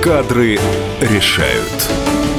Кадры решают.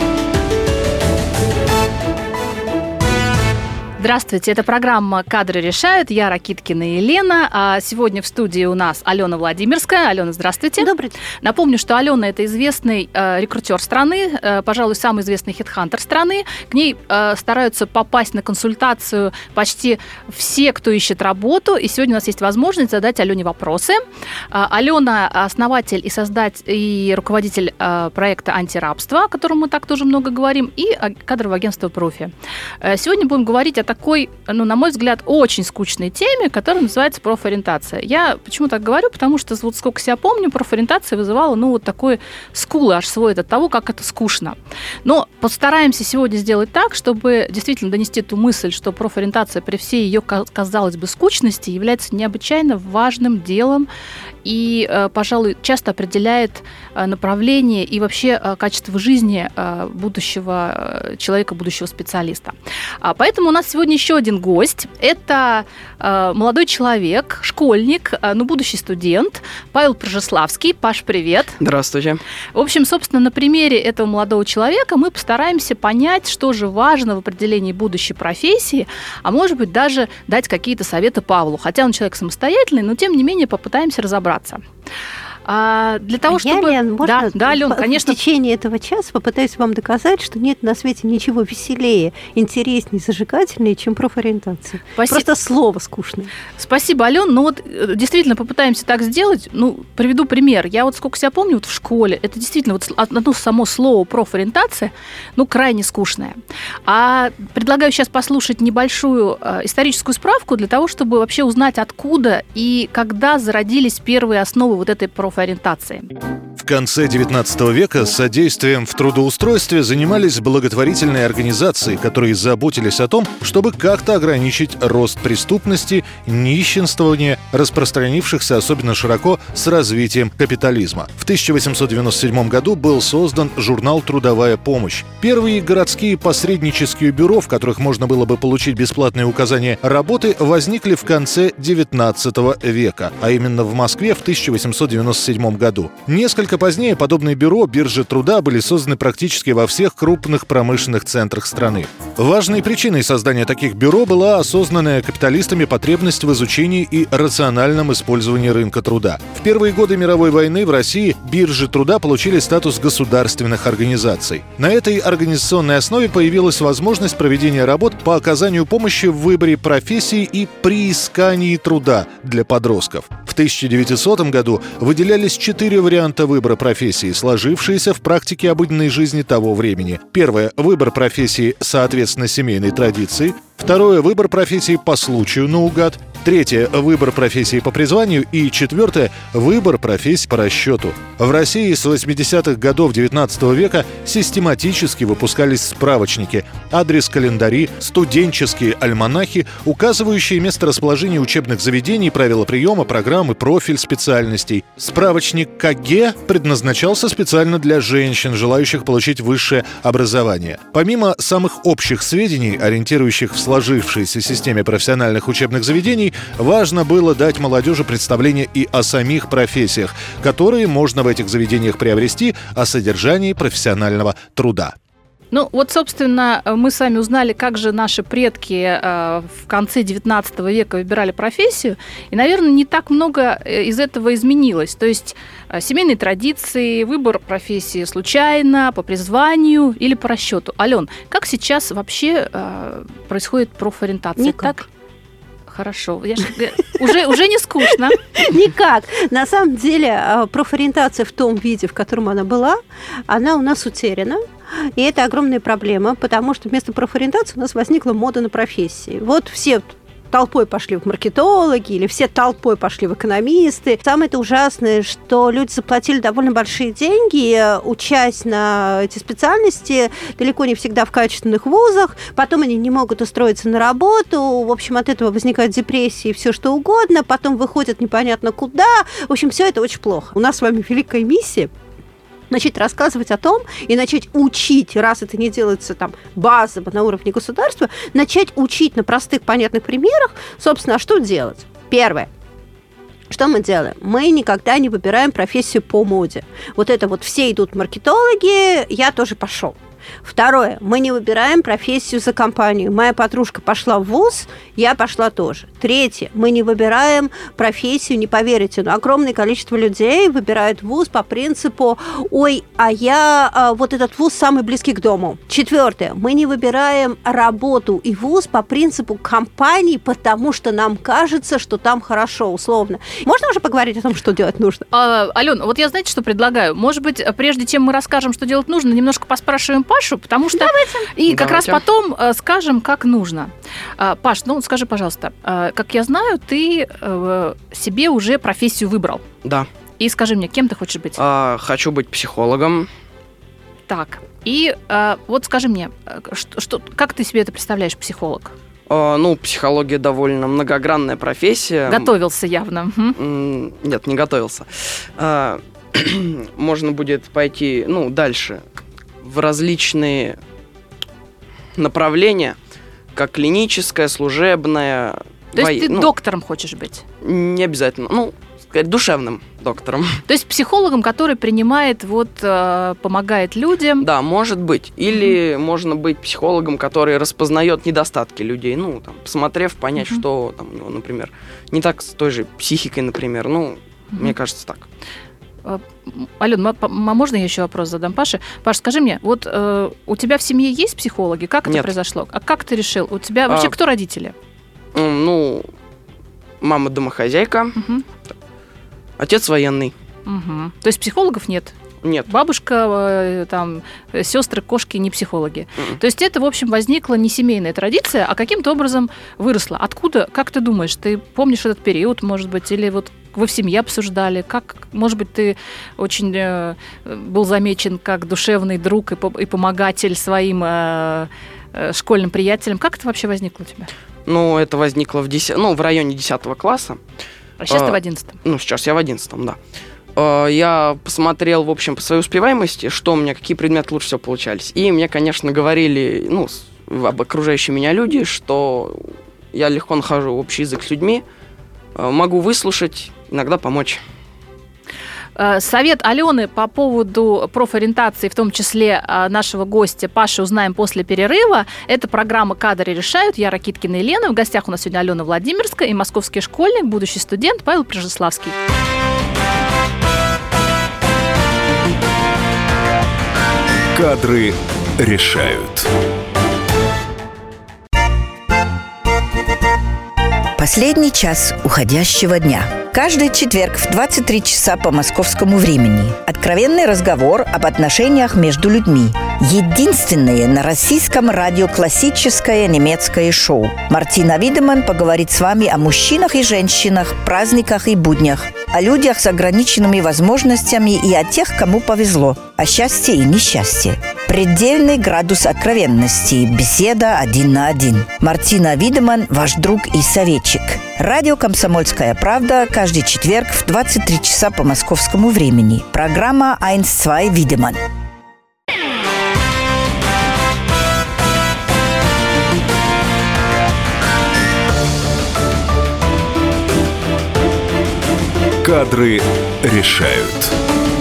Здравствуйте, это программа «Кадры решают». Я Ракиткина Елена. А сегодня в студии у нас Алена Владимирская. Алена, здравствуйте. Добрый день. Напомню, что Алена – это известный рекрутер страны, пожалуй, самый известный хедхантер страны. К ней стараются попасть на консультацию почти все, кто ищет работу. И сегодня у нас есть возможность задать Алене вопросы. Алена – основатель и руководитель проекта «Антирабство», о котором мы так тоже много говорим, и кадрового агентства «Профи». Сегодня будем говорить о такой, на мой взгляд, очень скучной теме, которая называется профориентация. Я почему так говорю? Потому что, вот сколько себя помню, профориентация вызывала, вот такой скулы аж сводит от того, как это скучно. Но постараемся сегодня сделать так, чтобы действительно донести ту мысль, что профориентация при всей ее, казалось бы, скучности является необычайно важным делом и, пожалуй, часто определяет направление и вообще качество жизни будущего человека, будущего специалиста. Поэтому у нас сегодня еще один гость. Это молодой человек, школьник, будущий студент Павел Пржеславский. Паш, привет. Здравствуйте. В общем, собственно, на примере этого молодого человека мы постараемся понять, что же важно в определении будущей профессии, а может быть, даже дать какие-то советы Павлу. Хотя он человек самостоятельный, но тем не менее попытаемся разобраться. Для того, чтобы... Лен, можно Ален, конечно. В течение этого часа попытаюсь вам доказать, что нет на свете ничего веселее, интереснее, зажигательнее, чем профориентация. Просто слово скучное. Спасибо, Ален. Действительно попытаемся так сделать. Приведу пример. Я сколько себя помню, в школе, это действительно одно само слово профориентация, крайне скучное. А предлагаю сейчас послушать небольшую историческую справку для того, чтобы вообще узнать, откуда и когда зародились первые основы вот этой профориентации. В конце XIX века содействием в трудоустройстве занимались благотворительные организации, которые заботились о том, чтобы как-то ограничить рост преступности, нищенствования, распространившихся особенно широко с развитием капитализма. В 1897 году был создан журнал «Трудовая помощь». Первые городские посреднические бюро, в которых можно было бы получить бесплатные указания работы, возникли в конце XIX века, а именно в Москве в 1897 году. Несколько позднее подобные бюро биржи труда были созданы практически во всех крупных промышленных центрах страны. Важной причиной создания таких бюро была осознанная капиталистами потребность в изучении и рациональном использовании рынка труда. В первые годы мировой войны в России биржи труда получили статус государственных организаций. На этой организационной основе появилась возможность проведения работ по оказанию помощи в выборе профессии и приискании труда для подростков. В 1900 году выделялись 4 варианта выбора профессии, сложившиеся в практике обыденной жизни того времени. Первое – выбор профессии соответственно семейной традиции. Второе – выбор профессии по случаю наугад. Третье – выбор профессии по призванию. И четвертое – выбор профессии по расчету. В России с 80-х годов XIX века систематически выпускались справочники, адрес-календари, студенческие альманахи, указывающие месторасположение учебных заведений, правила приема, программы, профиль специальностей. Справочник КГ предназначался специально для женщин, желающих получить высшее образование. Помимо самых общих сведений, ориентирующих в сложившейся системе профессиональных учебных заведений, важно было дать молодежи представление и о самих профессиях, которые можно в этих заведениях приобрести, о содержании профессионального труда. Собственно, мы с вами узнали, как же наши предки в конце XIX века выбирали профессию, и, наверное, не так много из этого изменилось. То есть семейные традиции, выбор профессии случайно, по призванию или по расчету. Ален, как сейчас вообще происходит профориентация? Никак. Хорошо. Уже не скучно. Никак. На самом деле профориентация в том виде, в котором она была, она у нас утеряна. И это огромная проблема, потому что вместо профориентации у нас возникла мода на профессии. Все толпой пошли в маркетологи, или все толпой пошли в экономисты. Самое-то ужасное, что люди заплатили довольно большие деньги, учась на эти специальности, далеко не всегда в качественных вузах, потом они не могут устроиться на работу, в общем, от этого возникают депрессии, все что угодно, потом выходят непонятно куда, в общем, все это очень плохо. У нас с вами великая миссия начать рассказывать о том и начать учить, раз это не делается там базово на уровне государства, начать учить на простых, понятных примерах, собственно, а что делать? Первое. Что мы делаем? Мы никогда не выбираем профессию по моде. Вот это вот все идут маркетологи, я тоже пошел. Второе, мы не выбираем профессию за компанию. Моя подружка пошла в вуз, я пошла тоже. Третье, мы не выбираем профессию, не поверите, но огромное количество людей выбирают вуз по принципу «Ой, а я вот этот вуз самый близкий к дому». Четвертое, мы не выбираем работу и вуз по принципу компании, потому что нам кажется, что там хорошо, условно. Можно уже поговорить о том, что делать нужно? Алена, вот я, знаете, что предлагаю? Может быть, прежде чем мы расскажем, что делать нужно, немножко поспрашиваем Пашу, потому что... И как раз потом скажем, как нужно. Паш, ну скажи, пожалуйста, как я знаю, ты себе уже профессию выбрал. Да. И скажи мне, кем ты хочешь быть? Хочу быть психологом. Так, и вот скажи мне, как ты себе это представляешь, психолог? Психология довольно многогранная профессия. Готовился явно. Нет, не готовился. Можно будет пойти, дальше в различные направления, как клиническое, служебное. То есть ты доктором хочешь быть? Не обязательно. Сказать, душевным доктором. То есть психологом, который принимает, помогает людям? Да, может быть. Или можно быть психологом, который распознает недостатки людей. Посмотрев, понять, что, например, не так с той же психикой, например. Мне кажется, так. Алена, можно я еще вопрос задам Паше? Паш, скажи мне, вот у тебя в семье есть психологи? Как это произошло? А как ты решил? У тебя вообще кто родители? Мама домохозяйка, отец военный. То есть психологов нет? Нет. Бабушка, сестры, кошки не психологи. То есть это, в общем, возникла не семейная традиция, а каким-то образом выросла. Откуда, как ты думаешь, ты помнишь этот период, может быть, или вы в семье обсуждали? Как, может быть, ты очень был замечен как душевный друг и помогатель своим школьным приятелям? Как это вообще возникло у тебя? Это возникло в районе 10 класса. А сейчас ты в 11-м? Сейчас я в 11-м, да. Я посмотрел, в общем, по своей успеваемости, что у меня, какие предметы лучше всего получались. И мне, конечно, говорили, об окружающие меня люди, что я легко нахожу общий язык с людьми, могу выслушать, иногда помочь. Совет Алены по поводу профориентации, в том числе нашего гостя Паши, узнаем после перерыва. Это программа «Кадры решают». Я Ракиткина Елена. В гостях у нас сегодня Алена Владимирская и московский школьник, будущий студент Павел Прижеславский. Кадры решают. Последний час уходящего дня. Каждый четверг в 23 часа по московскому времени. Откровенный разговор об отношениях между людьми. Единственное на российском радио классическое немецкое шоу. Мартина Видеман поговорит с вами о мужчинах и женщинах, праздниках и буднях, о людях с ограниченными возможностями и о тех, кому повезло, о счастье и несчастье. Предельный градус откровенности. Беседа 1 на 1. Мартина Видеман, ваш друг и советчик. Радио «Комсомольская правда» каждый четверг в 23 часа по московскому времени. Программа 1-2 Видеман. Кадры решают.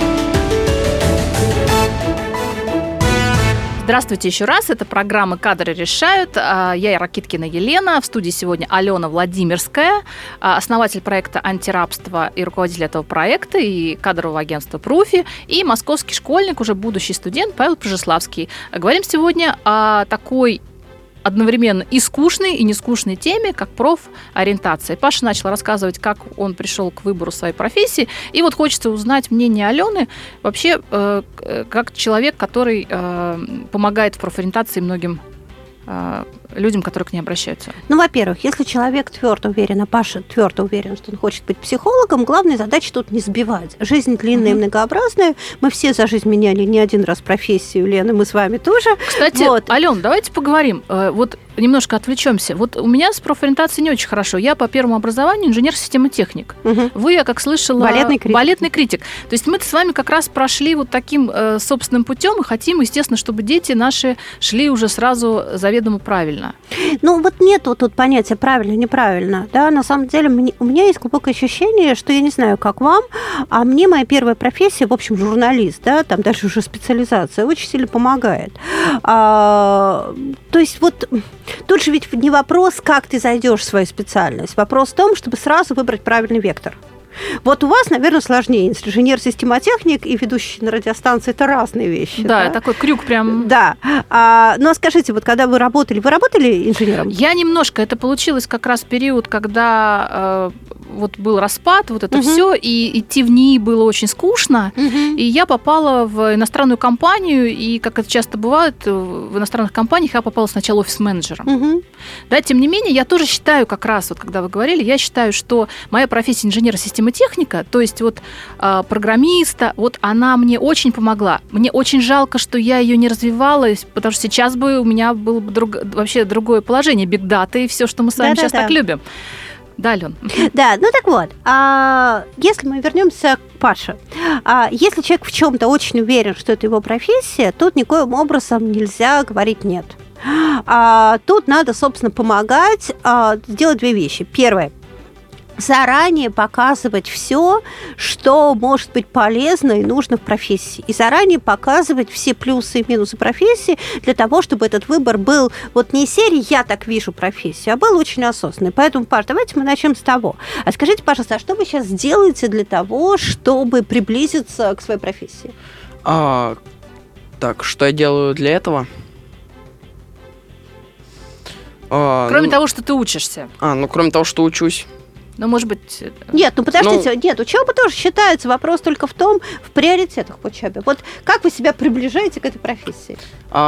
Здравствуйте еще раз. Это программа «Кадры решают». Я Ракиткина Елена. В студии сегодня Алена Владимирская, основатель проекта «Антирабство» и руководитель этого проекта и кадрового агентства «Пруфи», и московский школьник, уже будущий студент Павел Прижеславский. Говорим сегодня о такой одновременно и скучной, и нескучной теме, как профориентация. Паша начал рассказывать, как он пришел к выбору своей профессии. И вот хочется узнать мнение Алены вообще как человек, который помогает в профориентации многим людям, которые к ней обращаются. Во-первых, если человек твердо уверен, а Паша твердо уверен, что он хочет быть психологом, главная задача тут не сбивать. Жизнь длинная и многообразная. Мы все за жизнь меняли не один раз профессию, Лена, мы с вами тоже. Кстати, Ален, давайте поговорим. Вот немножко отвлечемся. Вот у меня с профориентацией не очень хорошо. Я по первому образованию инженер-системотехник. Вы, я как слышала, балетный критик. То есть мы с вами как раз прошли вот таким собственным путем и хотим, естественно, чтобы дети наши шли уже сразу заведомо правильно. Ну, вот нету тут понятия правильно-неправильно. Да? На самом деле у меня есть глубокое ощущение, что я не знаю, как вам, а мне моя первая профессия, в общем, журналист, да, там дальше уже специализация, очень сильно помогает. То есть вот тут же ведь не вопрос, как ты зайдешь в свою специальность. Вопрос в том, чтобы сразу выбрать правильный вектор. Вот у вас, наверное, сложнее. Инженер-системотехник и ведущий на радиостанции – это разные вещи. Да, такой крюк прям. Да. Но скажите, вот когда вы работали инженером? Я немножко. Это получилось как раз период, когда вот был распад, вот это все, и идти в НИИ было очень скучно. И я попала в иностранную компанию, и, как это часто бывает, в иностранных компаниях я попала сначала офис-менеджером. Да, тем не менее, я тоже считаю, как раз, вот когда вы говорили, я считаю, что моя профессия инженера-системотехника, то есть вот программиста, вот она мне очень помогла. Мне очень жалко, что я ее не развивала, потому что сейчас бы у меня было бы вообще другое положение, бигдата и все, что мы с вами сейчас так любим. Да, Алён? Да, ну так вот, если мы вернемся к Паше, если человек в чем-то очень уверен, что это его профессия, тут никоим образом нельзя говорить «нет». Тут надо, собственно, помогать сделать две вещи. Первое. Заранее показывать все, что может быть полезно и нужно в профессии. И заранее показывать все плюсы и минусы профессии для того, чтобы этот выбор был вот не из серии «я так вижу профессию», а был очень осознанный. Поэтому, Паш, давайте мы начнем с того. А скажите, пожалуйста, что вы сейчас делаете для того, чтобы приблизиться к своей профессии? Так, что я делаю для этого? Кроме того, что ты учишься. Кроме того, что учусь. Ну, может быть... Нет, подождите, нет, учеба тоже считается, вопрос только в приоритетах в учебе. Вот как вы себя приближаете к этой профессии?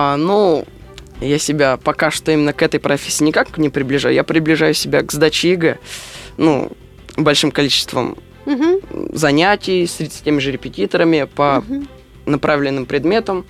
Я себя пока что именно к этой профессии никак не приближаю. Я приближаю себя к сдаче ЕГЭ, большим количеством занятий с теми же репетиторами по направленным предметам.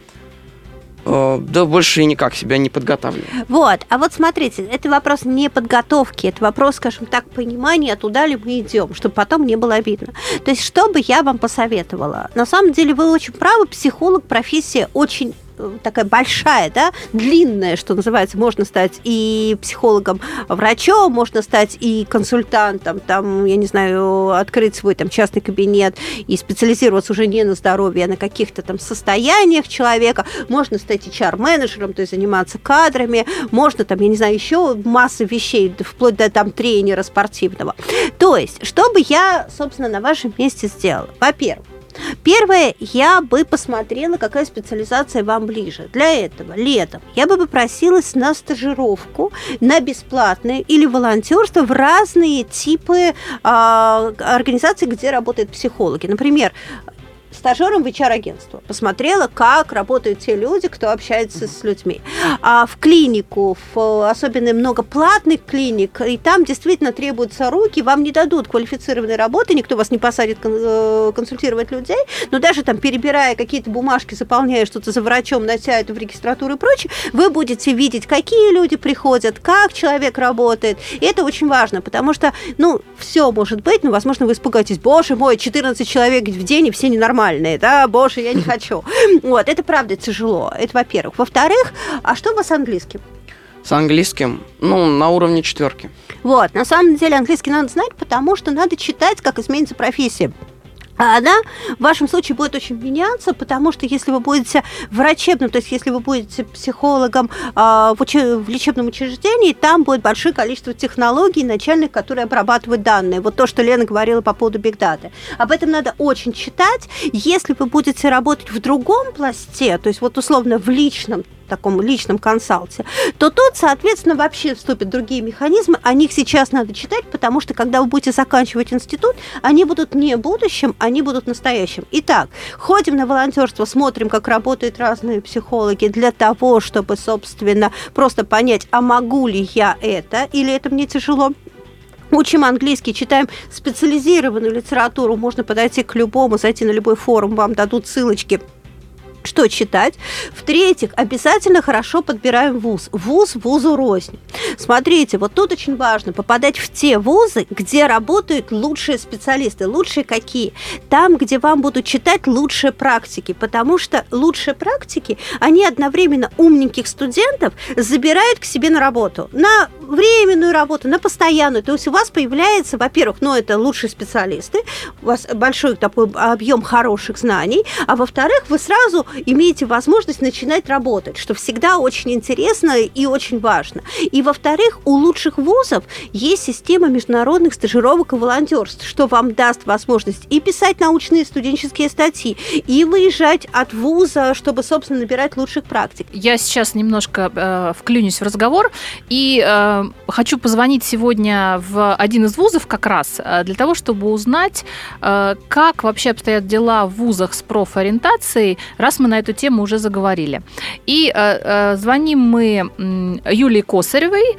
Да больше и никак себя не подготавливаю. Вот, вот смотрите, это вопрос не подготовки, это вопрос, скажем так, понимания, туда ли мы идем, чтобы потом не было обидно. То есть, что бы я вам посоветовала? На самом деле, вы очень правы, психолог, профессия очень такая большая, да, длинная, что называется, можно стать и психологом, врачом, можно стать и консультантом, там, я не знаю, открыть свой там частный кабинет и специализироваться уже не на здоровье, а на каких-то там состояниях человека, можно стать HR-менеджером, то есть заниматься кадрами, можно там, я не знаю, еще масса вещей, вплоть до там тренера спортивного. То есть, что бы я, собственно, на вашем месте сделала? Во-первых, первое, я бы посмотрела, какая специализация вам ближе. Для этого летом я бы попросилась на стажировку, на бесплатное или волонтерство в разные типы организаций, где работают психологи. Например, стажером в HR-агентство. Посмотрела, как работают те люди, кто общается с людьми. В клинику, особенно много платных клиник, и там действительно требуются руки, вам не дадут квалифицированной работы, никто вас не посадит консультировать людей, но даже там, перебирая какие-то бумажки, заполняя что-то за врачом, нося это в регистратуру и прочее, вы будете видеть, какие люди приходят, как человек работает. И это очень важно, потому что, все может быть, возможно, вы испугаетесь, боже мой, 14 человек в день, и все ненормальные. Да, боже, я не хочу. Вот, это правда тяжело. Это во-первых. Во-вторых, а что у вас с английским? С английским? На уровне 4. Вот, на самом деле английский надо знать, потому что надо читать, как изменится профессия. А она в вашем случае будет очень меняться, потому что если вы будете врачебным, то есть если вы будете психологом в лечебном учреждении, там будет большое количество технологий начальных, которые обрабатывают данные. Вот то, что Лена говорила по поводу бигдаты. Об этом надо очень читать. Если вы будете работать в другом пласте, то есть вот условно в таком личном консалте, то тут, соответственно, вообще вступят другие механизмы. О них сейчас надо читать, потому что, когда вы будете заканчивать институт, они будут не будущим, они будут настоящим. Итак, ходим на волонтерство, смотрим, как работают разные психологи для того, чтобы, собственно, просто понять, а могу ли я это, или это мне тяжело. Учим английский, читаем специализированную литературу, можно подойти к любому, зайти на любой форум, вам дадут ссылочки, что читать. В-третьих, обязательно хорошо подбираем вуз. Вуз вузу рознь. Смотрите, вот тут очень важно попадать в те вузы, где работают лучшие специалисты. Лучшие какие? Там, где вам будут читать лучшие практики, потому что лучшие практики, они одновременно умненьких студентов забирают к себе на работу. На временную работу, на постоянную. То есть у вас появляется, во-первых, это лучшие специалисты, у вас большой такой объем хороших знаний, а во-вторых, вы сразу имеете возможность начинать работать, что всегда очень интересно и очень важно. И во-вторых, у лучших вузов есть система международных стажировок и волонтерств, что вам даст возможность и писать научные студенческие статьи, и выезжать от вуза, чтобы, собственно, набирать лучших практик. Я сейчас немножко вклинюсь в разговор и хочу позвонить сегодня в один из вузов как раз для того, чтобы узнать, как вообще обстоят дела в вузах с профориентацией, раз мы на эту тему уже заговорили. И звоним мы Юлии Косаревой.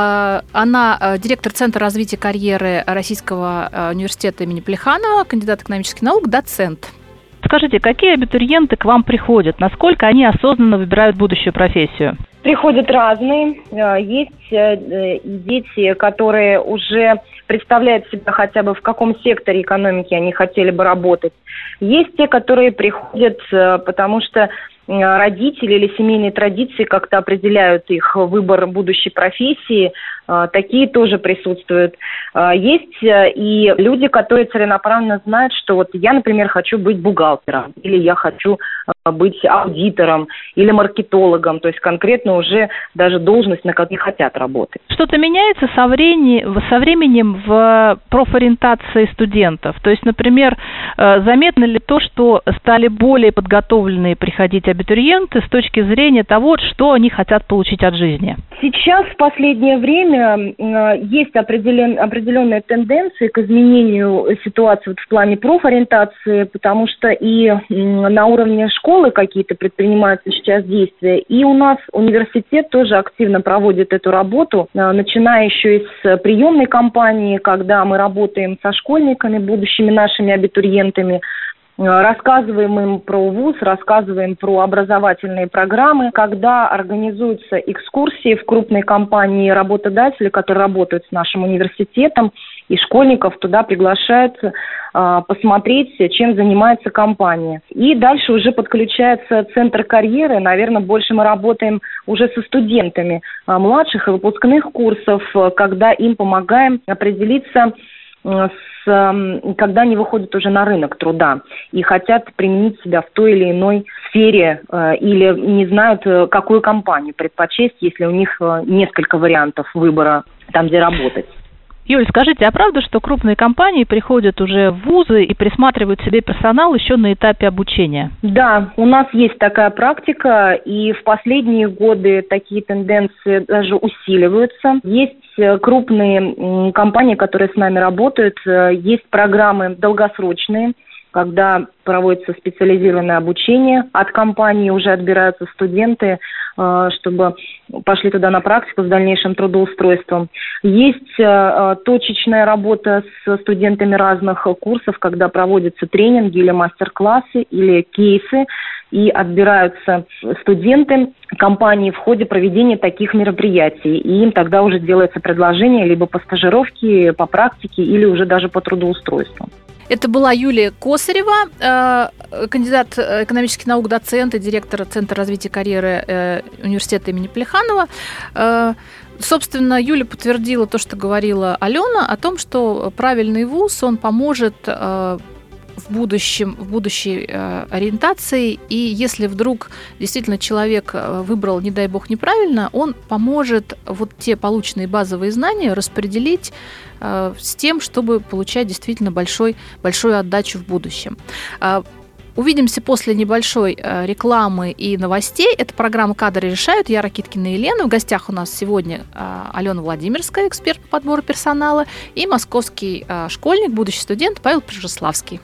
Она директор Центра развития карьеры Российского университета имени Плеханова, кандидат экономических наук, доцент. Скажите, какие абитуриенты к вам приходят? Насколько они осознанно выбирают будущую профессию? Приходят разные. Есть дети, которые уже представляют себя хотя бы в каком секторе экономики они хотели бы работать. Есть те, которые приходят, потому что родители или семейные традиции как-то определяют их выбор будущей профессии. Такие тоже присутствуют. Есть и люди, которые целенаправленно знают, что вот я, например, хочу быть бухгалтером, или я хочу быть аудитором, или маркетологом, то есть конкретно уже даже должность, на которой хотят работать. Что-то меняется со временем в профориентации студентов? То есть, например, заметно ли то, что стали более подготовленные приходить абитуриенты с точки зрения того, что они хотят получить от жизни? Сейчас, в последнее время, есть определенные тенденции к изменению ситуации в плане профориентации, потому что и на уровне школы какие-то предпринимаются сейчас действия, и у нас университет тоже активно проводит эту работу, начиная еще и с приемной кампании, когда мы работаем со школьниками, будущими нашими абитуриентами, рассказываем им про вуз, рассказываем про образовательные программы. Когда организуются экскурсии в крупные компании, работодатели, которые работают с нашим университетом, и школьников туда приглашают посмотреть, чем занимается компания. И дальше уже подключается центр карьеры. Наверное, больше мы работаем уже со студентами младших и выпускных курсов, когда им помогаем определиться, когда они выходят уже на рынок труда и хотят применить себя в той или иной сфере или не знают, какую компанию предпочесть, если у них несколько вариантов выбора там, где работать. Юль, скажите, а правда, что крупные компании приходят уже в вузы и присматривают себе персонал еще на этапе обучения? Да, у нас есть такая практика, и в последние годы такие тенденции даже усиливаются. Есть крупные компании, которые с нами работают, есть программы долгосрочные, когда проводится специализированное обучение. От компании уже отбираются студенты, чтобы пошли туда на практику с дальнейшим трудоустройством. Есть точечная работа с студентами разных курсов, когда проводятся тренинги или мастер-классы, или кейсы, и отбираются студенты компании в ходе проведения таких мероприятий. И им тогда уже делается предложение либо по стажировке, по практике, или уже даже по трудоустройству. Это была Юлия Косарева, кандидат экономических наук, доцент и директор Центра развития карьеры университета имени Плеханова. Собственно, Юля подтвердила то, что говорила Алена, о том, что правильный вуз, он поможет в будущей ориентации, и если вдруг действительно человек выбрал, не дай бог, неправильно, он поможет вот те полученные базовые знания распределить с тем, чтобы получать действительно большую отдачу в будущем. Увидимся после небольшой рекламы и новостей. Это программа «Кадры решают». Я Ракиткина Елена. В гостях у нас сегодня Алена Владимирская, эксперт по подбору персонала, и московский школьник, будущий студент Павел Прижеславский.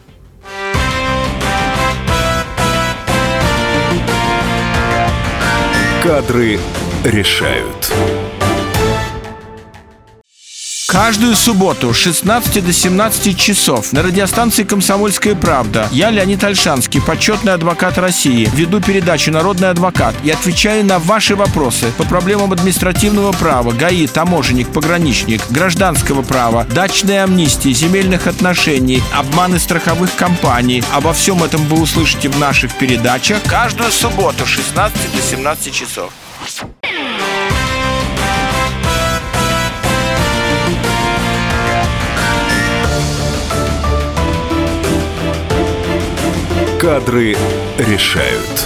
Кадры решают. Каждую субботу с 16 до 17 часов на радиостанции «Комсомольская правда» я, Леонид Ольшанский, почетный адвокат России, веду передачу «Народный адвокат» и отвечаю на ваши вопросы по проблемам административного права, ГАИ, таможенник, пограничник, гражданского права, дачной амнистии, земельных отношений, обманы страховых компаний. Обо всем этом вы услышите в наших передачах каждую субботу с 16 до 17 часов. Кадры решают.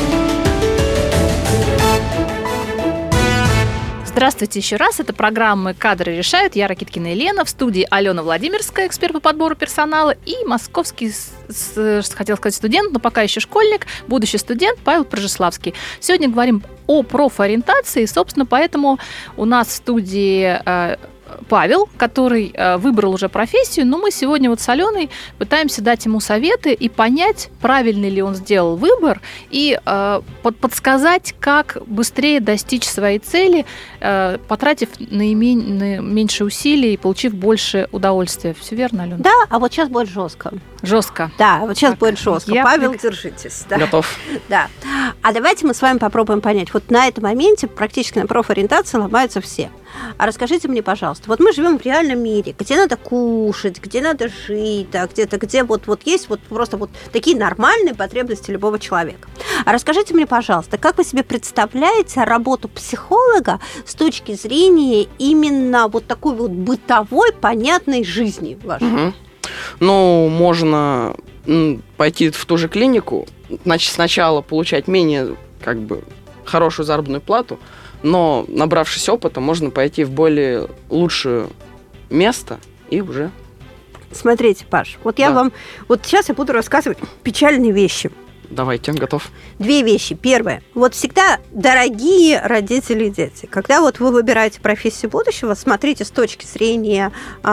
Здравствуйте еще раз. Это программа «Кадры решают». Я Ракиткина Елена. В студии Алена Владимирская, эксперт по подбору персонала, и московский, хотел сказать, студент, но пока еще школьник, будущий студент Павел Прожеславский. Сегодня говорим о профориентации. Собственно, поэтому у нас в студии Павел, который выбрал уже профессию, но мы сегодня вот с Аленой пытаемся дать ему советы и понять, правильный ли он сделал выбор, и подсказать, как быстрее достичь своей цели, потратив меньше усилий и получив больше удовольствия. Все верно, Алена? Да, а вот сейчас будет жестко. Жестко? Да, вот сейчас будет жестко. Павел, держитесь. Да. Готов. Да. А давайте мы с вами попробуем понять. Вот на этом моменте практически на профориентации ломаются все. А расскажите мне, пожалуйста, вот мы живем в реальном мире, где надо кушать, где надо жить, да, где-то, где вот есть вот просто вот такие нормальные потребности любого человека. А расскажите мне, пожалуйста, как вы себе представляете работу психолога с точки зрения именно вот такой вот бытовой, понятной жизни вашей? Угу. Ну, можно пойти в ту же клинику, значит, сначала получать менее, хорошую заработную плату, но, набравшись опыта, можно пойти в более лучшее место и уже... Смотрите, Паш, вот я вам... Вот сейчас я буду рассказывать печальные вещи. Давайте, готов. 2 вещи. Первое. Вот всегда, дорогие родители и дети, когда вот вы выбираете профессию будущего, смотрите с точки зрения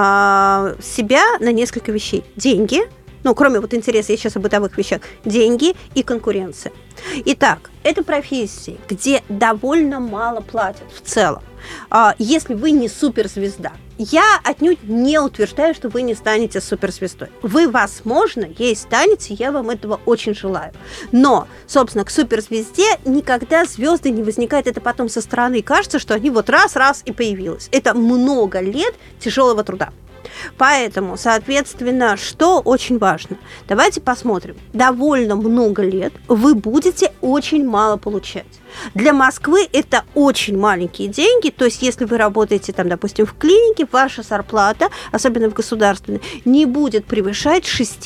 себя на несколько вещей. Деньги, кроме вот интереса, я сейчас о бытовых вещах, деньги и конкуренция. Итак, это профессии, где довольно мало платят в целом. Если вы не суперзвезда, я отнюдь не утверждаю, что вы не станете суперзвездой. Вы, возможно, ей станете, я вам этого очень желаю. Но, собственно, к суперзвезде никогда звезды не возникают. Это потом со стороны кажется, что они вот раз и появились. Это много лет тяжелого труда. Поэтому, соответственно, что очень важно? Давайте посмотрим. Довольно много лет вы будете очень мало получать. Для Москвы это очень маленькие деньги, то есть если вы работаете там, допустим, в клинике, ваша зарплата, особенно в государственной, не будет превышать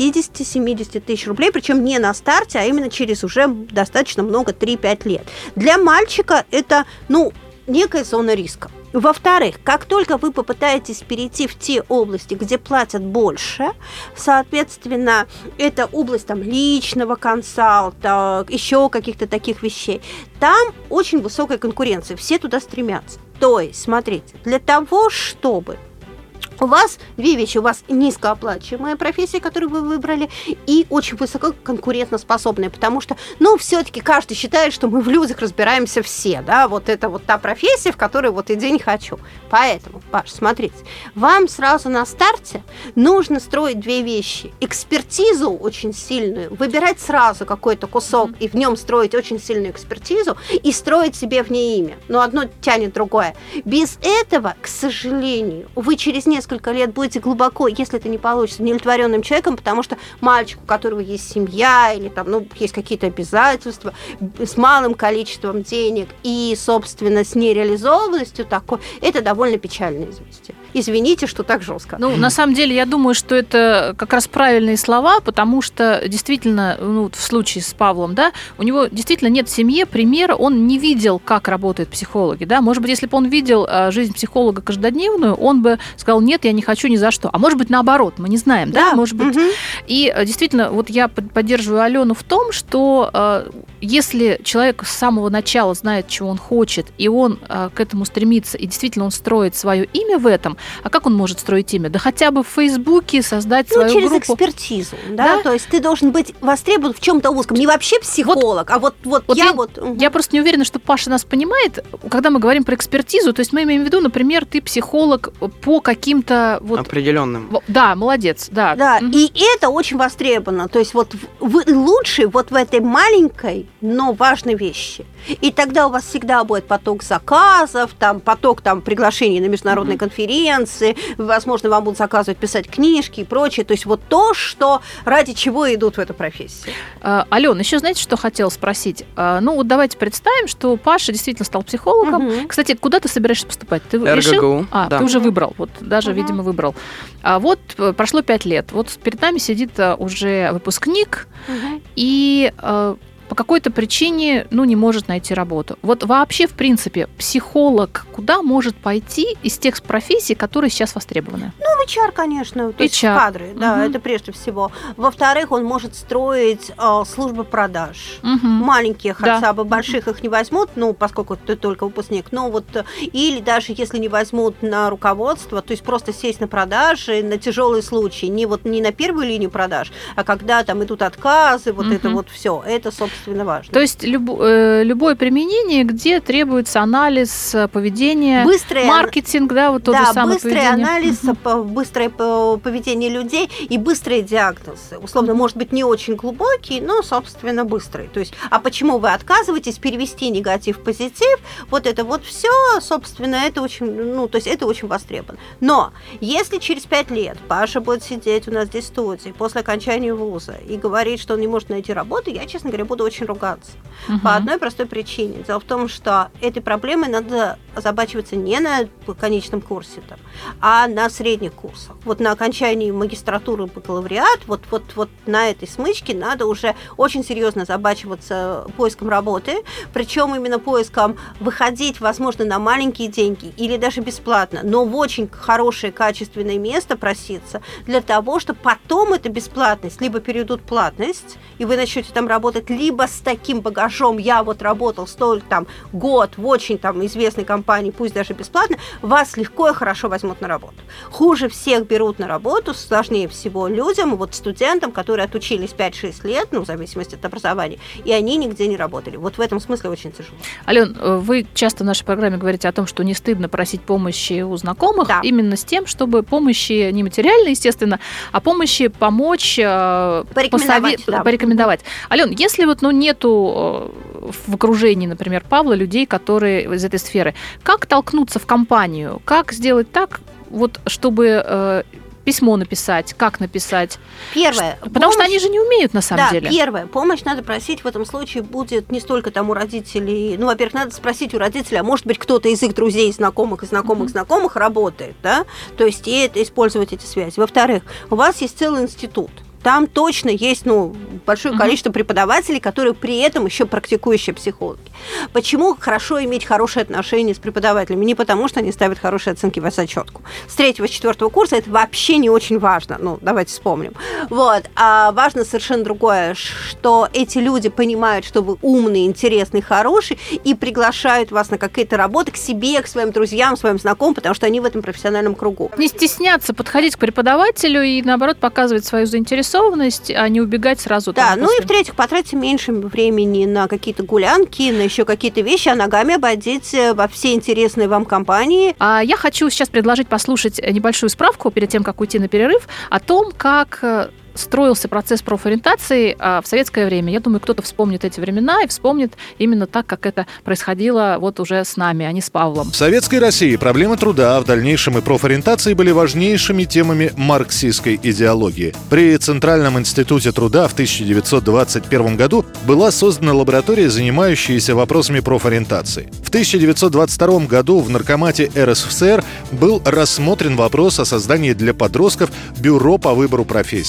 60-70 тысяч рублей, причем не на старте, а именно через уже достаточно много, 3-5 лет. Для мальчика это, некая зона риска. Во-вторых, как только вы попытаетесь перейти в те области, где платят больше, соответственно, это область личного консалта, еще каких-то таких вещей, там очень высокая конкуренция, все туда стремятся. То есть, смотрите, для того, чтобы у вас 2 вещи. У вас низкооплачиваемая профессия, которую вы выбрали, и очень высококонкурентоспособная, потому что, все-таки каждый считает, что мы в людях разбираемся все, да, вот это вот та профессия, в которой вот иди не хочу. Поэтому, Паш, смотрите, вам сразу на старте нужно строить 2 вещи. Экспертизу очень сильную, выбирать сразу какой-то кусок и в нем строить очень сильную экспертизу и строить себе в ней имя. Но одно тянет другое. Без этого, к сожалению, вы через несколько лет будете глубоко, если это не получится, неудовлетворенным человеком, потому что мальчик, у которого есть семья или есть какие-то обязательства с малым количеством денег и, собственно, с нереализованностью такой, это довольно печальное известие. Извините, что так жестко. На самом деле, я думаю, что это как раз правильные слова, потому что действительно, в случае с Павлом, да, у него действительно нет в семье примера, он не видел, как работают психологи, да. Может быть, если бы он видел жизнь психолога каждодневную, он бы сказал: нет, нет, я не хочу ни за что. А может быть, наоборот, мы не знаем, да, может быть. И действительно, вот я поддерживаю Алену в том, что если человек с самого начала знает, чего он хочет, и он к этому стремится, и действительно он строит свое имя в этом, а как он может строить имя? Да хотя бы в Фейсбуке создать свою через группу. экспертизу, да? То есть ты должен быть востребован в чем-то узком. Не вообще психолог, а вот я просто не уверена, что Паша нас понимает, когда мы говорим про экспертизу, то есть мы имеем в виду, например, ты психолог по каким-то... определенным. Да, молодец, да. Да, и это очень востребовано. То есть вот вы лучший вот в этой маленькой, но важной вещи. И тогда у вас всегда будет поток заказов, поток приглашений на международные конференции, возможно, вам будут заказывать писать книжки и прочее. То есть вот то, что ради чего идут в эту профессию. Алёна, еще знаете, что хотела спросить? Вот давайте представим, что Паша действительно стал психологом. Кстати, куда ты собираешься поступать? Ты решил? Да. Ты уже выбрал, видимо, выбрал. Прошло 5 лет. Вот перед нами сидит уже выпускник, и по какой-то причине, не может найти работу. Вот вообще, в принципе, психолог куда может пойти из тех профессий, которые сейчас востребованы? В HR, конечно, то есть кадры, да, это прежде всего. Во-вторых, он может строить службы продаж. Маленькие хотя бы, больших их не возьмут, поскольку ты только выпускник, или даже если не возьмут на руководство, то есть просто сесть на продажи, на тяжелые случаи, не на первую линию продаж, а когда там идут отказы, это все, это, собственно, важно. То есть любое применение, где требуется анализ поведения, маркетинг, тот же самый быстрый поведение. Анализ, быстрое поведение людей и быстрые диагнозы. Условно, может быть, не очень глубокий, но, собственно, быстрый. То есть, а почему вы отказываетесь перевести негатив в позитив? Это все, собственно, это очень, то есть это очень востребовано. Но если через 5 лет Паша будет сидеть у нас здесь в студии после окончания вуза и говорить, что он не может найти работу, я, честно говоря, буду очень ругаться. По одной простой причине. Дело в том, что этой проблемой надо озабачиваться не на конечном курсе, а на средних курсах. На окончании магистратуры, бакалавриат, на этой смычке надо уже очень серьезно озабачиваться поиском работы, причем именно поиском выходить, возможно, на маленькие деньги или даже бесплатно, но в очень хорошее, качественное место проситься, для того, чтобы потом эта бесплатность либо перейдут в платность, и вы начнете там работать, либо с таким багажом, я работал год в очень известной компании, пусть даже бесплатно, вас легко и хорошо возьмут на работу. Хуже всех берут на работу, сложнее всего людям, студентам, которые отучились 5-6 лет, в зависимости от образования, и они нигде не работали. В этом смысле очень тяжело. Ален, вы часто в нашей программе говорите о том, что не стыдно просить помощи у знакомых, именно с тем, чтобы помощи не материальной, естественно, а помощи помочь, порекомендовать. Ален, если нету в окружении, например, Павла, людей, которые из этой сферы, как толкнуться в компанию? Как сделать так, чтобы письмо написать, как написать? Первое. Потому что они же не умеют, на самом деле. Первое. Помощь надо просить в этом случае будет не столько у родителей. Во-первых, надо спросить у родителей, а может быть, кто-то из их друзей, знакомых работает, да? То есть и это использовать эти связи. Во-вторых, у вас есть целый институт. Там точно есть большое количество преподавателей, которые при этом еще практикующие психологи. Почему хорошо иметь хорошие отношения с преподавателями? Не потому, что они ставят хорошие оценки в зачетку. С 3-4 курса это вообще не очень важно. Давайте вспомним. А важно совершенно другое, что эти люди понимают, что вы умный, интересный, хороший, и приглашают вас на какие-то работы к себе, к своим друзьям, своим знакомым, потому что они в этом профессиональном кругу. Не стесняться подходить к преподавателю и, наоборот, показывать свою заинтересованность, а не убегать сразу. Да, и в-третьих, потратьте меньше времени на какие-то гулянки, на еще какие-то вещи, а ногами обойдите во все интересные вам компании. Я хочу сейчас предложить послушать небольшую справку перед тем, как уйти на перерыв, о том, как строился процесс профориентации в советское время. Я думаю, кто-то вспомнит эти времена и вспомнит именно так, как это происходило уже с нами, а не с Павлом. В советской России проблемы труда, а в дальнейшем и профориентации были важнейшими темами марксистской идеологии. При Центральном институте труда в 1921 году была создана лаборатория, занимающаяся вопросами профориентации. В 1922 году в Наркомате РСФСР был рассмотрен вопрос о создании для подростков бюро по выбору профессии. В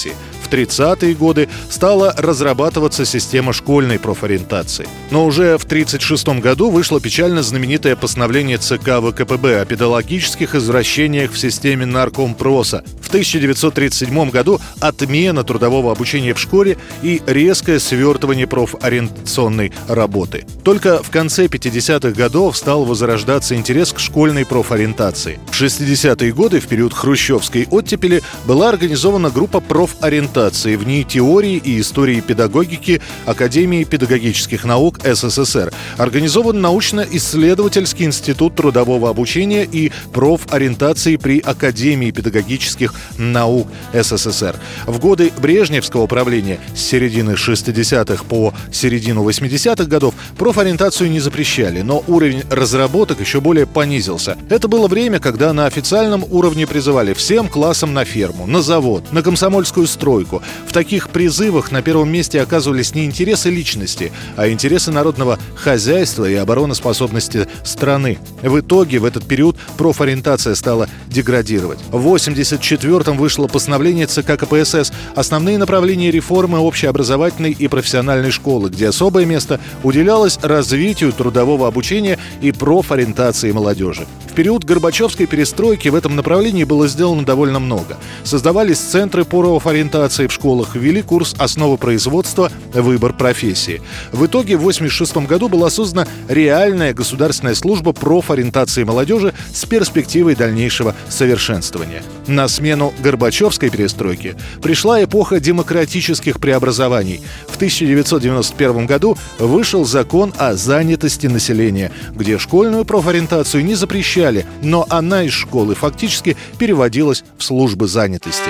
в 30-е годы стала разрабатываться система школьной профориентации. Но уже в 1936 году вышло печально знаменитое постановление ЦК ВКПБ о педагогических извращениях в системе наркомпроса. В 1937 году отмена трудового обучения в школе и резкое свертывание профориентационной работы. Только в конце 50-х годов стал возрождаться интерес к школьной профориентации. В 60-е годы, в период хрущевской оттепели, была организована группа профориентации в НИИ теории и истории педагогики Академии педагогических наук СССР. Организован научно-исследовательский институт трудового обучения и профориентации при Академии педагогических наук СССР. В годы брежневского правления с середины 60-х по середину 80-х годов профориентацию не запрещали, но уровень разработок еще более понизился. Это было время, когда на официальном уровне призывали всем классам на ферму, на завод, на комсомольскую стройку. В таких призывах на первом месте оказывались не интересы личности, а интересы народного хозяйства и обороноспособности страны. В итоге в этот период профориентация стала деградировать. В 1984-м вышло постановление ЦК КПСС «Основные направления реформы общеобразовательной и профессиональной школы», где особое место уделялось развитию трудового обучения и профориентации молодежи. В период Горбачевской перестройки в этом направлении было сделано довольно много. Создавались центры по профориентации в школах, ввели курс «Основы производства. Выбор профессии». В итоге в 1986 году была создана реальная государственная служба профориентации молодежи с перспективой дальнейшего совершенствования. На смену Горбачевской перестройке пришла эпоха демократических преобразований. В 1991 году вышел закон о занятости населения, где школьную профориентацию не запрещали, но она из школы фактически переводилась в службы занятости.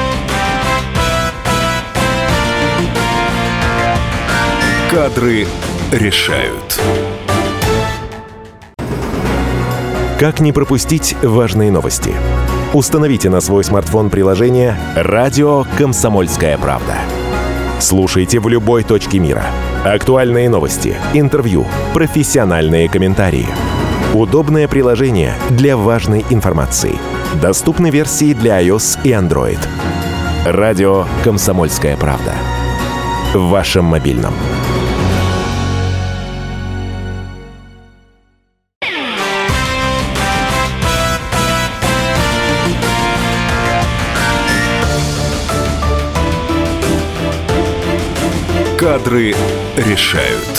Кадры решают. Как не пропустить важные новости? Установите на свой смартфон приложение «Радио Комсомольская правда». Слушайте в любой точке мира. Актуальные новости, интервью, профессиональные комментарии. Удобное приложение для важной информации. Доступны версии для iOS и Android. «Радио Комсомольская правда». В вашем мобильном. Кадры решают.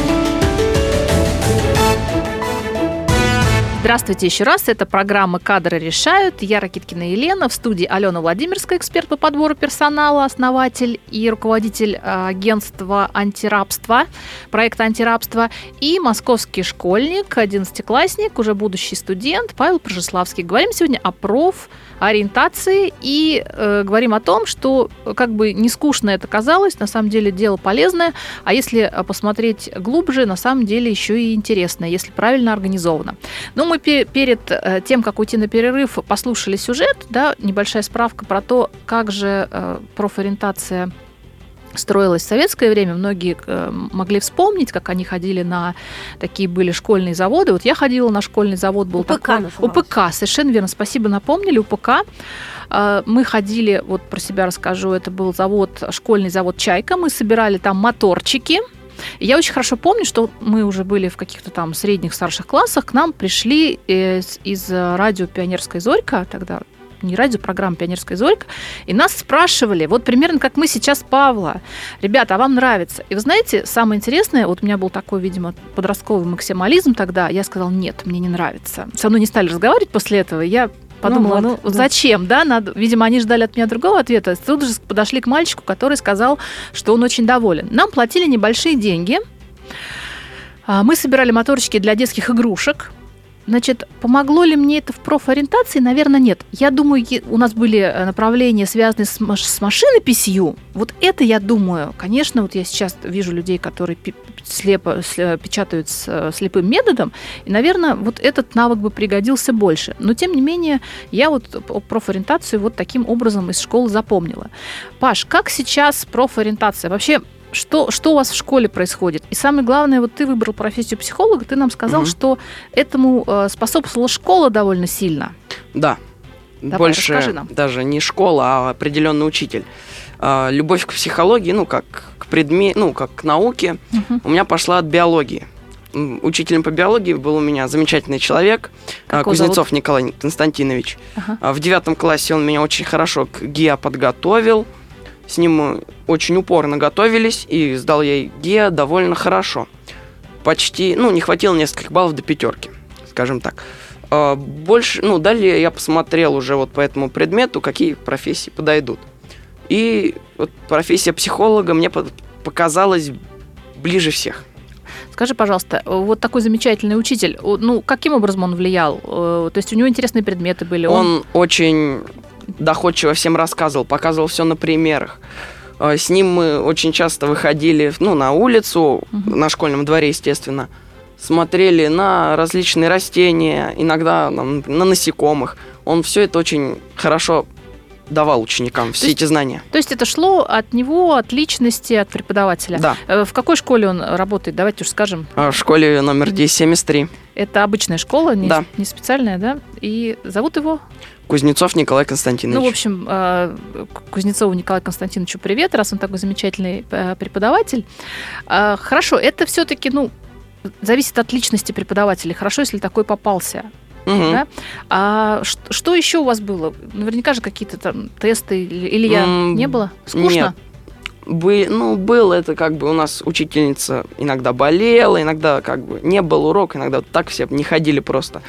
Здравствуйте еще раз. Это программа «Кадры решают». Я Ракиткина Елена. В студии Алена Владимирская, эксперт по подбору персонала, основатель и руководитель агентства антирабства, проекта антирабства. И московский школьник, 11-классник, уже будущий студент Павел Пржеславский. Говорим сегодня о профориентации и говорим о том, что как бы не скучно это казалось, на самом деле дело полезное, а если посмотреть глубже, на самом деле еще и интересное, если правильно организовано. Но мы перед тем, как уйти на перерыв, послушали сюжет, да, небольшая справка про то, как же профориентация строилась в советское время. Многие могли вспомнить, как они ходили на такие были школьные заводы. Вот я ходила на школьный завод, был УПК, совершенно верно, спасибо, напомнили, УПК. Мы ходили, вот про себя расскажу, это был завод, школьный завод «Чайка», мы собирали там моторчики. Я очень хорошо помню, что мы уже были в каких-то там средних, старших классах, к нам пришли из радио «Пионерская зорька», тогда не радио, программа «Пионерская зорька», и нас спрашивали, вот примерно как мы сейчас Павла: ребята, а вам нравится? И вы знаете, самое интересное, вот у меня был такой, видимо, подростковый максимализм тогда, я сказала: нет, мне не нравится. Со мной не стали разговаривать после этого, я подумала, зачем, да, надо. Видимо, они ждали от меня другого ответа. Тут же подошли к мальчику, который сказал, что он очень доволен. Нам платили небольшие деньги. Мы собирали моторчики для детских игрушек. Значит, помогло ли мне это в профориентации? Наверное, нет. Я думаю, у нас были направления, связанные с машинописью. Вот это, я думаю, конечно, вот я сейчас вижу людей, которые печатают с слепым методом, и, наверное, вот этот навык бы пригодился больше. Но, тем не менее, я вот профориентацию вот таким образом из школы запомнила. Паш, как сейчас профориентация? Вообще, что у вас в школе происходит? И самое главное, вот ты выбрал профессию психолога, ты нам сказал, что этому способствовала школа довольно сильно. Да. Давай, расскажи нам. Даже не школа, а определенный учитель. Любовь к психологии, как к предмету, как к науке, у меня пошла от биологии. Учителем по биологии был у меня замечательный человек, Кузнецов зовут? Николай Константинович. В 9 классе он меня очень хорошо к ГИА подготовил. С ним мы очень упорно готовились, и сдал я ГИА довольно хорошо. Почти, не хватило нескольких баллов до 5, скажем так. Далее я посмотрел уже вот по этому предмету, какие профессии подойдут. И вот профессия психолога мне показалась ближе всех. Скажи, пожалуйста, вот такой замечательный учитель, каким образом он влиял? То есть у него интересные предметы были? Он очень доходчиво всем рассказывал, показывал все на примерах. С ним мы очень часто выходили на улицу, на школьном дворе, естественно, смотрели на различные растения, иногда на насекомых. Он все это очень хорошо давал ученикам, все эти знания. То есть это шло от него, от личности, от преподавателя? Да. В какой школе он работает? Давайте уж скажем. В школе номер 1073. Это обычная школа, не специальная, да? И зовут его? Кузнецов Николай Константинович. В общем, Кузнецову Николаю Константиновичу привет, раз он такой замечательный преподаватель. Хорошо, это все-таки, зависит от личности преподавателя. Хорошо, если такой попался. Да? А что еще у вас было? Наверняка же какие-то там тесты или не было? Скучно? Нет. Было это у нас учительница иногда болела, иногда не был урок, иногда так все не ходили просто.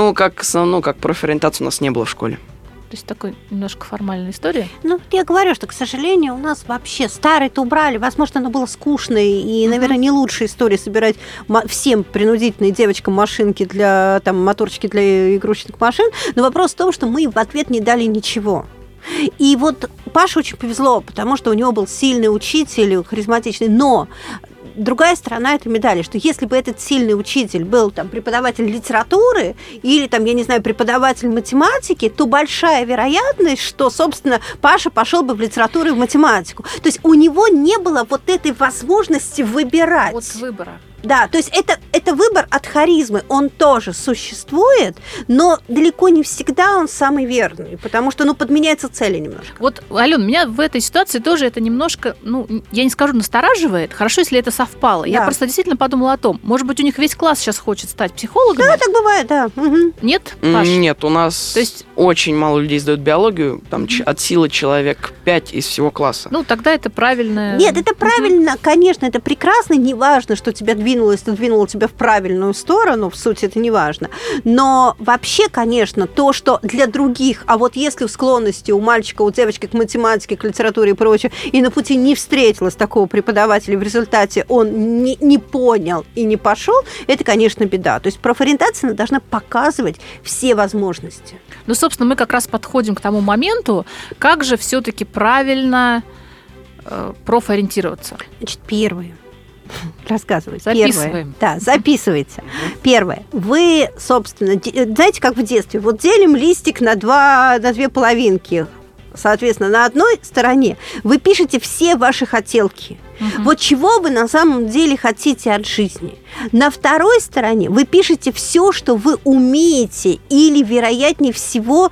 Как профориентации у нас не было в школе. То есть такой немножко формальная история? Я говорю, что, к сожалению, у нас вообще старый-то убрали. Возможно, оно было скучно, и, наверное, не лучшая история собирать всем принудительные девочкам машинки для, моторчики для игрушечных машин. Но вопрос в том, что мы в ответ не дали ничего. И вот Паше очень повезло, потому что у него был сильный учитель, харизматичный, но другая сторона этой медали, что если бы этот сильный учитель был преподаватель литературы или преподаватель математики, то большая вероятность, что, собственно, Паша пошел бы в литературу и в математику. То есть у него не было вот этой возможности выбирать. Вот выбора. Да, то есть это выбор от харизмы, он тоже существует, но далеко не всегда он самый верный, потому что, подменяются цели немножко. Вот, Алёна, меня в этой ситуации тоже это немножко, я не скажу настораживает, хорошо, если это совпало. Да. Я просто действительно подумала о том, может быть, у них весь класс сейчас хочет стать психологами? Да, так бывает, да. Угу. Нет, Паш? Нет, у нас очень мало людей сдают биологию, от силы человек 5 из всего класса. Тогда это правильно. Нет, это правильно, конечно, это прекрасно, неважно, что тебя двинуло тебя в правильную сторону, в сути, это не важно. Но вообще, конечно, то, что для других, а вот если в склонности у мальчика, у девочки к математике, к литературе и прочее, и на пути не встретилось такого преподавателя, в результате он не понял и не пошел, это, конечно, беда. То есть профориентация должна показывать все возможности. Собственно, мы как раз подходим к тому моменту, как же все-таки правильно профориентироваться. Значит, первое. Рассказывайте. Записываем. Да, записывайте. Первое. Вы, собственно, знаете, как в детстве, делим листик на две половинки. Соответственно, на одной стороне вы пишете все ваши хотелки. Вот чего вы на самом деле хотите от жизни. На второй стороне вы пишете все, что вы умеете или, вероятнее всего,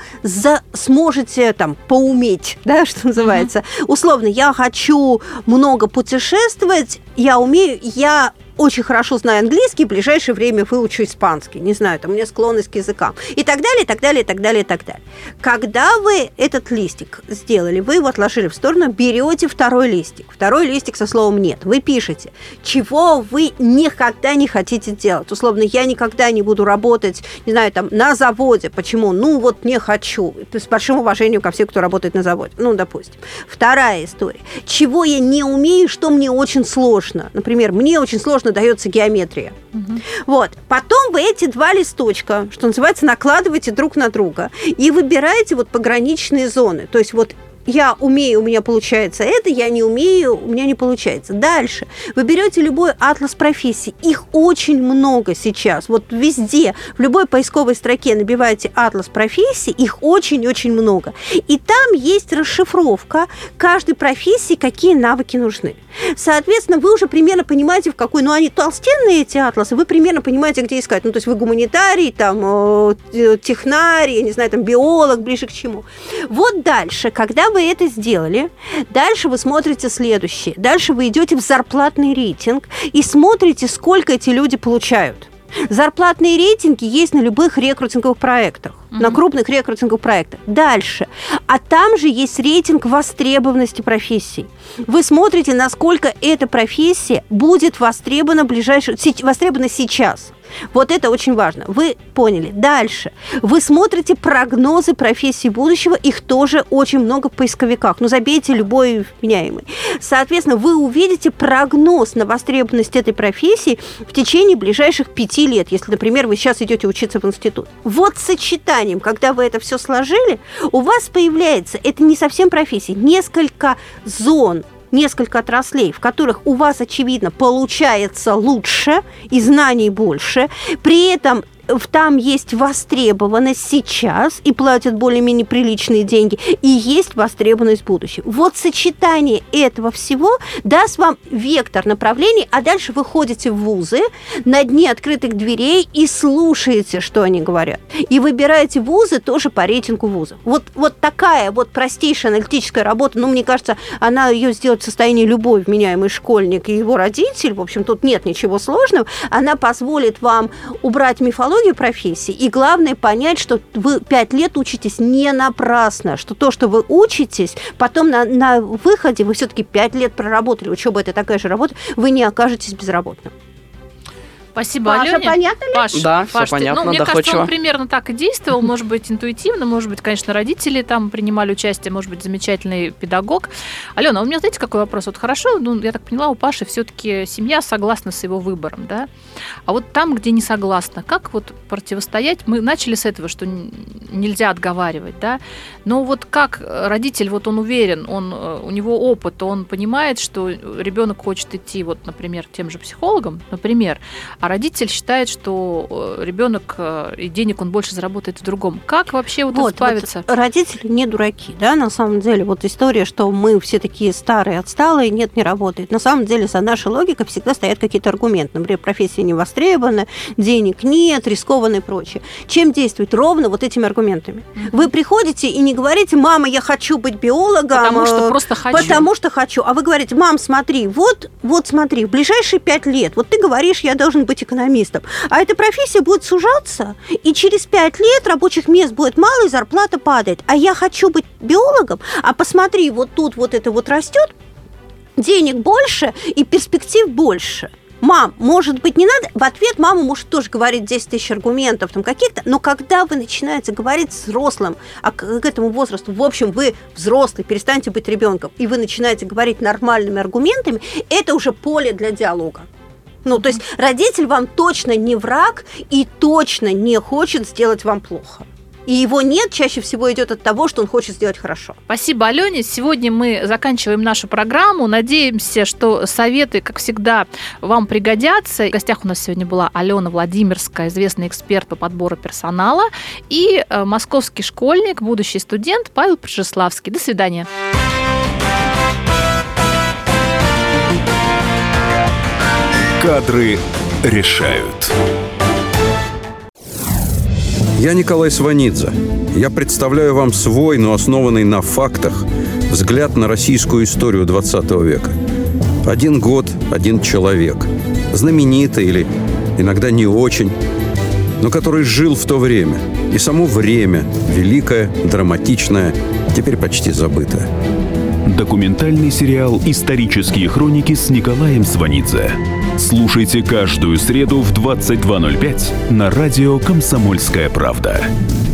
сможете поуметь, да, что называется. Условно, я хочу много путешествовать, я умею, я очень хорошо знаю английский, в ближайшее время выучу испанский, не знаю, у меня склонность к языкам, и так далее, и так далее, и так далее, и так далее. Когда вы этот листик сделали, вы его отложили в сторону, берете второй листик со словом «нет», вы пишете, чего вы никогда не хотите делать. Условно, я никогда не буду работать, не знаю, на заводе. Почему? Не хочу. С большим уважением ко всем, кто работает на заводе. Допустим. Вторая история. Чего я не умею, что мне очень сложно. Например, мне очень сложно дается геометрия. Потом вы эти два листочка, что называется, накладываете друг на друга и выбираете пограничные зоны. То есть я умею, у меня получается это, я не умею, у меня не получается. Дальше. Вы берете любой атлас профессий. Их очень много сейчас. Вот везде, в любой поисковой строке набиваете атлас профессий, их очень-очень много. И там есть расшифровка каждой профессии, какие навыки нужны. Соответственно, вы уже примерно понимаете, в какой... Ну, они толстенные, эти атласы, вы примерно понимаете, где искать. Ну, то есть вы гуманитарий, там, технарий, я не знаю, там, биолог, ближе к чему. Вот дальше, когда вы это сделали, дальше вы смотрите следующее. Дальше вы идете в зарплатный рейтинг и смотрите, сколько эти люди получают. Зарплатные рейтинги есть на любых рекрутинговых проектах, на крупных рекрутинговых проектах. Дальше. А там же есть рейтинг востребованности профессий. Вы смотрите, насколько эта профессия будет востребована сейчас. Вот это очень важно. Вы поняли. Дальше. Вы смотрите прогнозы профессий будущего. Их тоже очень много в поисковиках. Ну, забейте любой вменяемый. Соответственно, вы увидите прогноз на востребованность этой профессии в течение ближайших 5 лет, если, например, вы сейчас идете учиться в институт. Вот сочетанием, когда вы это все сложили, у вас появляется, это не совсем профессия, несколько зон, несколько отраслей, в которых у вас, очевидно, получается лучше и знаний больше, при этом там есть востребованность сейчас и платят более-менее приличные деньги, и есть востребованность в будущем. Вот сочетание этого всего даст вам вектор направлений, а дальше вы ходите в вузы на дне открытых дверей и слушаете, что они говорят. И выбираете вузы тоже по рейтингу вузов. Вот такая вот простейшая аналитическая работа, ну, мне кажется, она ее сделает в состоянии любой вменяемый школьник и его родитель, в общем, тут нет ничего сложного, она позволит вам убрать мифологию профессии, и главное понять, что вы 5 лет учитесь не напрасно, что то, что вы учитесь, потом на выходе вы все-таки 5 лет проработали, учеба это такая же работа, вы не окажетесь безработным. Спасибо, Паша, Алене. понятно ли? Да, все понятно, мне доходчиво. кажется, он примерно так и действовал, может быть, интуитивно, может быть, конечно, родители там принимали участие, может быть, замечательный педагог. Алена, у меня, знаете, какой вопрос? Вот хорошо, ну, я так поняла, у Паши все-таки семья согласна с его выбором, да? А вот там, где не согласна, как вот противостоять? Мы начали с этого, что нельзя отговаривать, да? Но вот как родитель, вот он уверен, у него опыт, он понимает, что ребенок хочет идти, вот, например, тем же психологом, например, а родитель считает, что ребенок и денег он больше заработает в другом. Как вообще избавиться? Вот родители не дураки, да, на самом деле. Вот история, что мы все такие старые, отсталые, нет, не работает. На самом деле, за нашей логикой всегда стоят какие-то аргументы. Например, профессия не востребована, денег нет, рискованно и прочее. Чем действовать? Ровно вот этими аргументами. Вы приходите и не говорите: мама, я хочу быть биологом. Потому что просто хочу. Потому что хочу. А вы говорите: мам, смотри, вот смотри, в ближайшие 5 лет, вот ты говоришь, я должен быть экономистом, а эта профессия будет сужаться, и через 5 лет рабочих мест будет мало, и зарплата падает. А я хочу быть биологом, а посмотри, вот тут вот это вот растет, денег больше и перспектив больше. Мам, может быть, не надо? В ответ мама может тоже говорить 10 тысяч аргументов там каких-то, но когда вы начинаете говорить с взрослым, а к этому возрасту, в общем, вы взрослый, перестаньте быть ребенком, и вы начинаете говорить нормальными аргументами, это уже поле для диалога. Ну, то есть родитель вам точно не враг и точно не хочет сделать вам плохо. И его нет, чаще всего идет от того, что он хочет сделать хорошо. Спасибо, Алене. Сегодня мы заканчиваем нашу программу. Надеемся, что советы, как всегда, вам пригодятся. В гостях у нас сегодня была Алена Владимирская, известный эксперт по подбору персонала, и московский школьник, будущий студент Павел Пржеславский. До свидания. Кадры решают. Я Николай Сванидзе. Я представляю вам свой, но основанный на фактах, взгляд на российскую историю 20 века. 1 год, 1 человек. Знаменитый или иногда не очень, но который жил в то время. И само время, великое, драматичное, теперь почти забытое. Документальный сериал «Исторические хроники» с Николаем Сванидзе. Слушайте каждую среду в 22:05 на радио «Комсомольская правда».